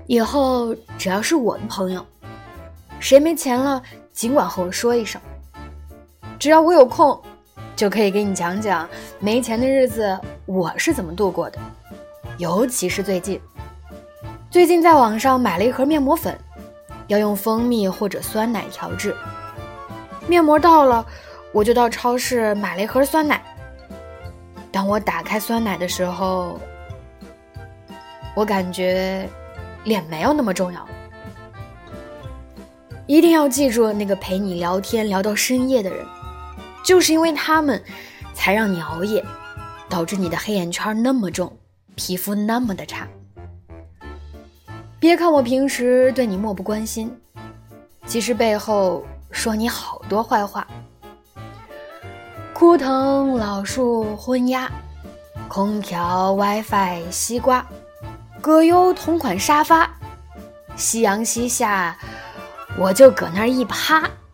以后只要是我的朋友，谁没钱了尽管和我说一声，只要我有空就可以给你讲讲没钱的日子我是怎么度过的。尤其是最近在网上买了一盒面膜粉，要用蜂蜜或者酸奶调制。面膜到了，我就到超市买了一盒酸奶。当我打开酸奶的时候，我感觉脸没有那么重要了。一定要记住那个陪你聊天聊到深夜的人，就是因为他们才让你熬夜，导致你的黑眼圈那么重，皮肤那么的差。别看我平时对你漠不关心，其实背后说你好多坏话。枯藤老树昏鸦，空调 WiFi 西瓜，葛优同款沙发，夕阳西下我就搁那儿一趴。